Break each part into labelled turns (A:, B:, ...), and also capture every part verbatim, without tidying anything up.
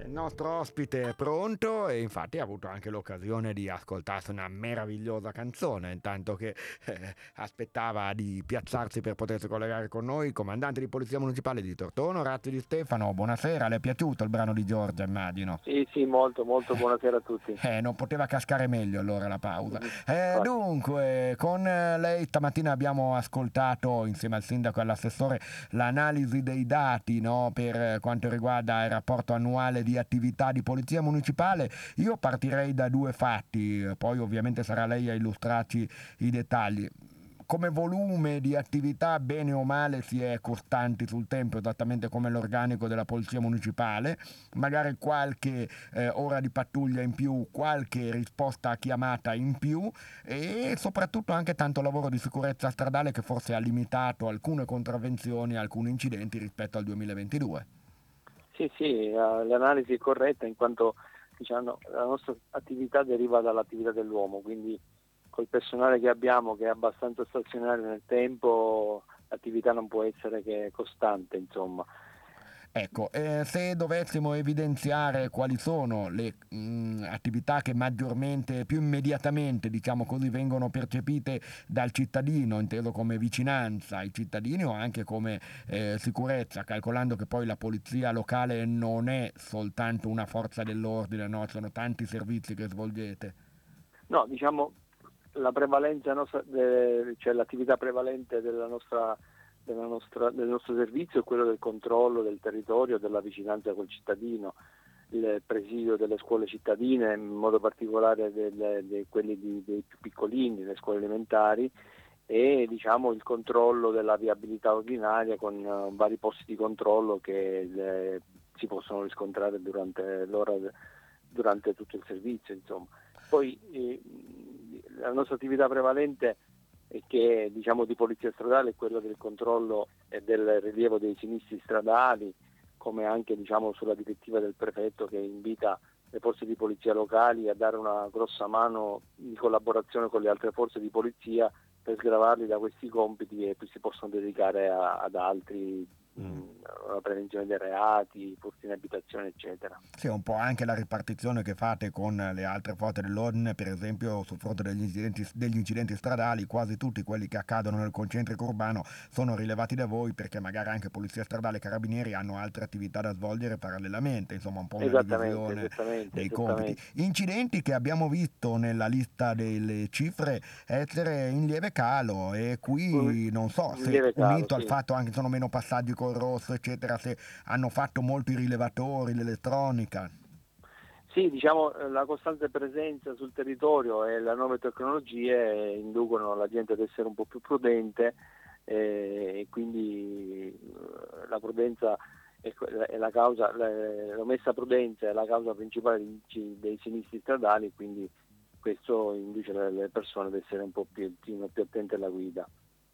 A: Il nostro ospite è pronto e infatti ha avuto anche l'occasione di ascoltarsi una meravigliosa canzone, intanto che eh, aspettava di piazzarsi per potersi collegare con noi. Il comandante di Polizia Municipale di Tortona, Ratti Di Stefano, buonasera, le è piaciuto il brano di Giorgia, immagino?
B: Sì, sì, molto, molto buonasera a tutti.
A: Eh, non poteva cascare meglio allora la pausa.
B: Mhm.
A: Eh,
B: Infatti.
A: dunque, con eh, lei stamattina abbiamo ascoltato insieme al sindaco e all'assessore l'analisi dei dati, no, per eh, quanto riguarda il rapporto annuale di attività di polizia municipale. Io partirei da due fatti, eh, poi ovviamente sarà lei a illustrarci i dettagli. Come volume di attività, bene o male, si è costanti sul tempo, esattamente come l'organico della polizia municipale, magari qualche eh, ora di pattuglia in più, qualche risposta a chiamata in più e soprattutto anche tanto lavoro di sicurezza stradale che forse ha limitato alcune contravvenzioni, alcuni incidenti rispetto al duemilaventidue.
B: Sì, sì, eh, l'analisi è corretta in quanto diciamo, la nostra attività deriva dall'attività dell'uomo, quindi col personale che abbiamo, che è abbastanza stazionario nel tempo, l'attività non può essere che costante, insomma.
A: Ecco, eh, se dovessimo evidenziare quali sono le mh, attività che maggiormente, più immediatamente, diciamo così, vengono percepite dal cittadino, inteso come vicinanza ai cittadini o anche come eh, sicurezza, calcolando che poi la polizia locale non è soltanto una forza dell'ordine, no? Sono tanti servizi che svolgete.
B: No, diciamo la prevalenza nostra, de- cioè l'attività prevalente della nostra, della nostra- del nostro servizio è quello del controllo del territorio, della vicinanza col cittadino, il presidio delle scuole cittadine, in modo particolare delle, de quelli di, dei più piccolini, le scuole elementari, e diciamo il controllo della viabilità ordinaria con uh, vari posti di controllo che le, si possono riscontrare durante l'ora, durante tutto il servizio, insomma. Poi eh, la nostra attività prevalente è che diciamo di polizia stradale è quella del controllo e del rilievo dei sinistri stradali, come anche diciamo sulla direttiva del prefetto che invita le forze di polizia locali a dare una grossa mano di collaborazione con le altre forze di polizia per sgravarli da questi compiti e poi si possono dedicare a, ad altri,
A: Mm.
B: mh, alla prevenzione dei reati, furti in abitazione, eccetera.
A: Sì, un po' anche la ripartizione che fate con le altre forze dell'ordine, per esempio sul fronte degli incidenti, degli incidenti stradali, quasi tutti quelli che accadono nel concentrico urbano sono rilevati da voi perché magari anche polizia stradale e carabinieri hanno altre attività da svolgere parallelamente, insomma un po' una
B: Esattamente,
A: divisione
B: esattamente,
A: dei compiti.
B: esattamente.
A: Incidenti che abbiamo visto nella lista delle cifre essere in lieve calo e
B: Un,
A: qui non so
B: un
A: se
B: lieve calo,
A: unito al
B: sì.
A: fatto anche che sono meno passaggi col rosso eccetera, se hanno fatto molto i rilevatori, l'elettronica.
B: Sì, diciamo eh, la costante presenza sul territorio e le nuove tecnologie inducono la gente ad essere un po' più prudente eh, e quindi eh, la prudenza è, que- è la causa, la- l'omessa prudenza è la causa principale dei, dei sinistri stradali, quindi questo induce le, le persone ad essere un po' più, più attente alla guida.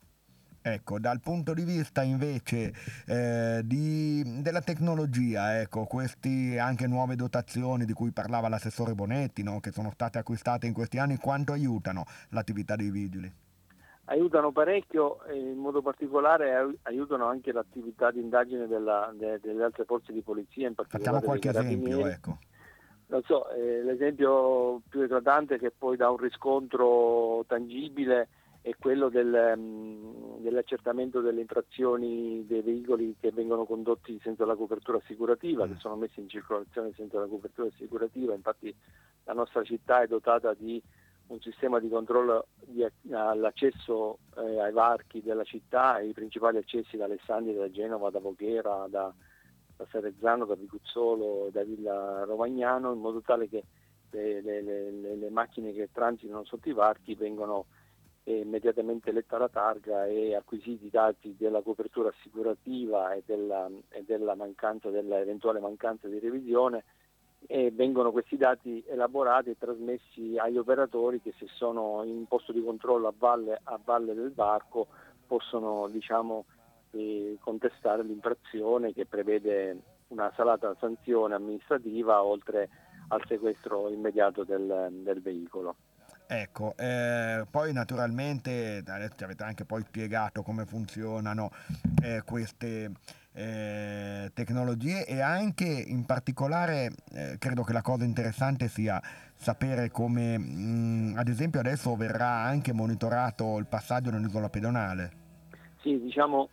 A: Ecco, dal punto di vista invece eh, di, della tecnologia, ecco, queste anche nuove dotazioni di cui parlava l'assessore Bonetti, no, che sono state acquistate in questi anni, quanto aiutano l'attività dei vigili?
B: Aiutano parecchio e in modo particolare ai- aiutano anche l'attività di indagine della- de- delle altre forze di polizia, in
A: Facciamo
B: particolare dei
A: qualche esempio,
B: carabinieri.
A: ecco.
B: Non so, eh, l'esempio più eclatante che poi dà un riscontro tangibile è quello del, mh, dell'accertamento delle infrazioni dei veicoli che vengono condotti senza la copertura assicurativa, che
A: Mm.
B: sono messi in circolazione senza la copertura assicurativa. Infatti la nostra città è dotata di un sistema di controllo di, all'accesso eh, ai varchi della città, ai principali accessi da Alessandria, da Genova, da Voghera, da, da Sarezzano, da Viguzzolo, da Villa Romagnano, in modo tale che le, le, le, le macchine che transitano sotto i varchi vengono eh, immediatamente letta la targa e acquisiti i dati della copertura assicurativa e della, e della mancanza, dell'eventuale mancanza di revisione, e vengono questi dati elaborati e trasmessi agli operatori che se sono in posto di controllo a valle, a valle del varco possono diciamo, eh, contestare l'infrazione che prevede una salata sanzione amministrativa oltre al sequestro immediato del, del veicolo.
A: Ecco, eh, poi naturalmente adesso ci avete anche poi spiegato come funzionano eh, queste eh, tecnologie e anche in particolare eh, credo che la cosa interessante sia sapere come mh, ad esempio adesso verrà anche monitorato il passaggio nell'isola pedonale.
B: Sì, diciamo,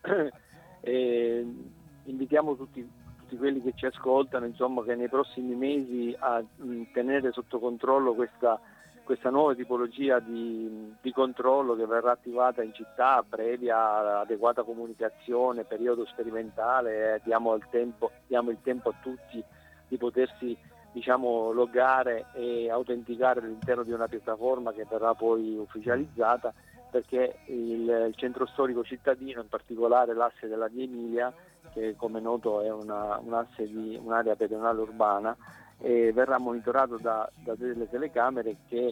B: eh, invitiamo tutti, tutti quelli che ci ascoltano, insomma, che nei prossimi mesi a mh, tenere sotto controllo questa, questa nuova tipologia di, di controllo che verrà attivata in città previa adeguata comunicazione, periodo sperimentale, eh, diamo, il tempo, diamo il tempo a tutti di potersi, diciamo, loggare e autenticare all'interno di una piattaforma che verrà poi ufficializzata, perché il, il centro storico cittadino, in particolare l'asse della Via Emilia, che come noto è una, un asse di un'area pedonale urbana, eh, verrà monitorato da, da delle telecamere che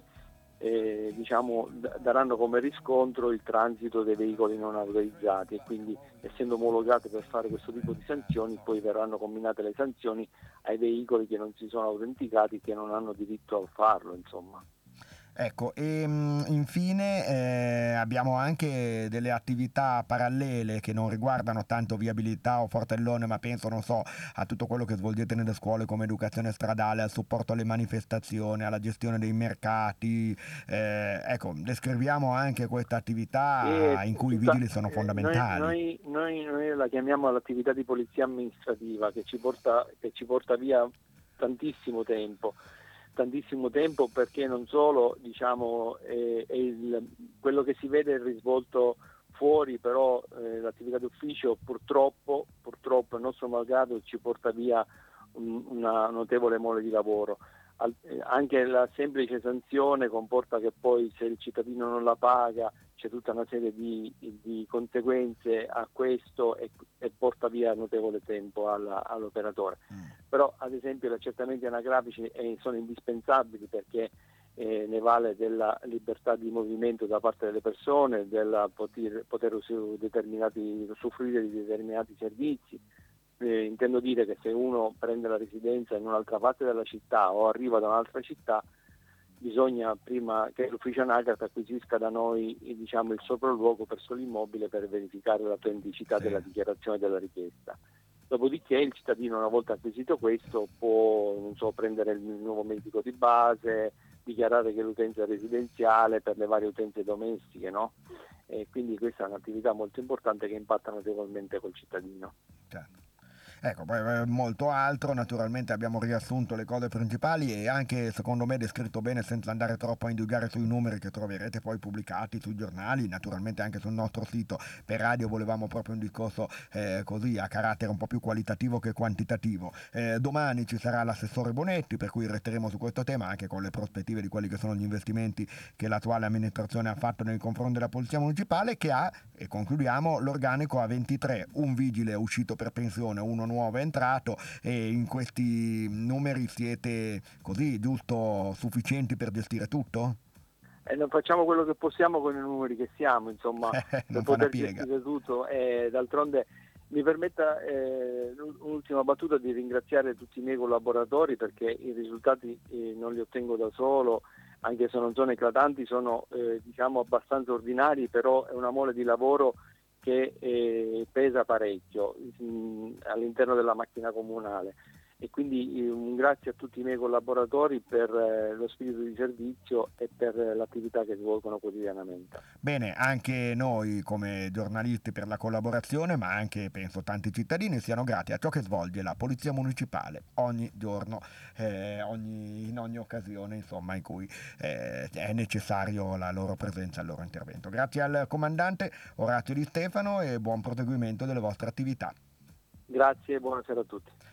B: eh, diciamo, d- daranno come riscontro il transito dei veicoli non autorizzati, e quindi, essendo omologate per fare questo tipo di sanzioni, poi verranno combinate le sanzioni ai veicoli che non si sono autenticati, che non hanno diritto a farlo, insomma.
A: Ecco, e mh, infine eh, abbiamo anche delle attività parallele che non riguardano tanto viabilità o Fortellone, ma penso, non so, a tutto quello che svolgete nelle scuole come educazione stradale, al supporto alle manifestazioni, alla gestione dei mercati. Eh, ecco, descriviamo anche questa attività
B: E
A: in cui i
B: tutta,
A: vigili sono
B: eh, noi,
A: fondamentali.
B: noi, noi, noi la chiamiamo l'attività di polizia amministrativa, che ci porta, che ci porta via tantissimo tempo, tantissimo tempo perché non solo, diciamo, è, è il, quello che si vede è il risvolto fuori, però eh, l'attività d'ufficio purtroppo, purtroppo, il nostro malgrado, ci porta via un, una notevole mole di lavoro. Al, eh, anche la semplice sanzione comporta che poi, se il cittadino non la paga, c'è tutta una serie di, di conseguenze a questo, e, e porta via notevole tempo alla, all'operatore. Però ad esempio gli accertamenti anagrafici eh, sono indispensabili, perché eh, ne vale della libertà di movimento da parte delle persone, del poter, poter su determinati, usufruire di determinati servizi. Eh, intendo dire che se uno prende la residenza in un'altra parte della città o arriva da un'altra città, bisogna prima che l'ufficio anagrafe acquisisca da noi, eh, diciamo, il sopralluogo presso l'immobile per verificare l'autenticità
A: Sì.
B: della dichiarazione della richiesta. Dopodiché il cittadino, una volta acquisito questo, può, non so, prendere il nuovo medico di base, dichiarare che l'utenza è residenziale per le varie utenze domestiche, no? E quindi questa è un'attività molto importante che impatta notevolmente col cittadino.
A: Certo. Ecco, poi eh, molto altro, naturalmente abbiamo riassunto le cose principali e anche secondo me descritto bene, senza andare troppo a indagare sui numeri che troverete poi pubblicati sui giornali, naturalmente anche sul nostro sito. Per radio volevamo proprio un discorso eh, così a carattere un po' più qualitativo che quantitativo. Eh, domani ci sarà l'assessore Bonetti, per cui resteremo su questo tema anche con le prospettive di quelli che sono gli investimenti che l'attuale amministrazione ha fatto nei confronti della Polizia Municipale, che ha, e concludiamo, l'organico a ventitré, un vigile è uscito per pensione, uno nuovo è entrato, e in questi numeri siete così giusto sufficienti per gestire tutto?
B: E non facciamo quello che possiamo con i numeri che siamo, insomma, per
A: Non fa una
B: poter
A: piega.
B: gestire tutto. E d'altronde mi permetta eh, un'ultima battuta di ringraziare tutti i miei collaboratori, perché i risultati eh, non li ottengo da solo, anche se non sono eclatanti, sono eh, diciamo abbastanza ordinari, però è una mole di lavoro che eh, pesa parecchio mh, all'interno della macchina comunale. E quindi eh, un grazie a tutti i miei collaboratori per eh, lo spirito di servizio e per eh, l'attività che svolgono quotidianamente.
A: Bene, anche noi come giornalisti per la collaborazione, ma anche penso tanti cittadini siano grati a ciò che svolge la Polizia Municipale ogni giorno, eh, ogni, in ogni occasione insomma in cui eh, è necessario la loro presenza e il loro intervento. Grazie al comandante Orazio Di Stefano e buon proseguimento delle vostre attività.
B: Grazie e buonasera a tutti.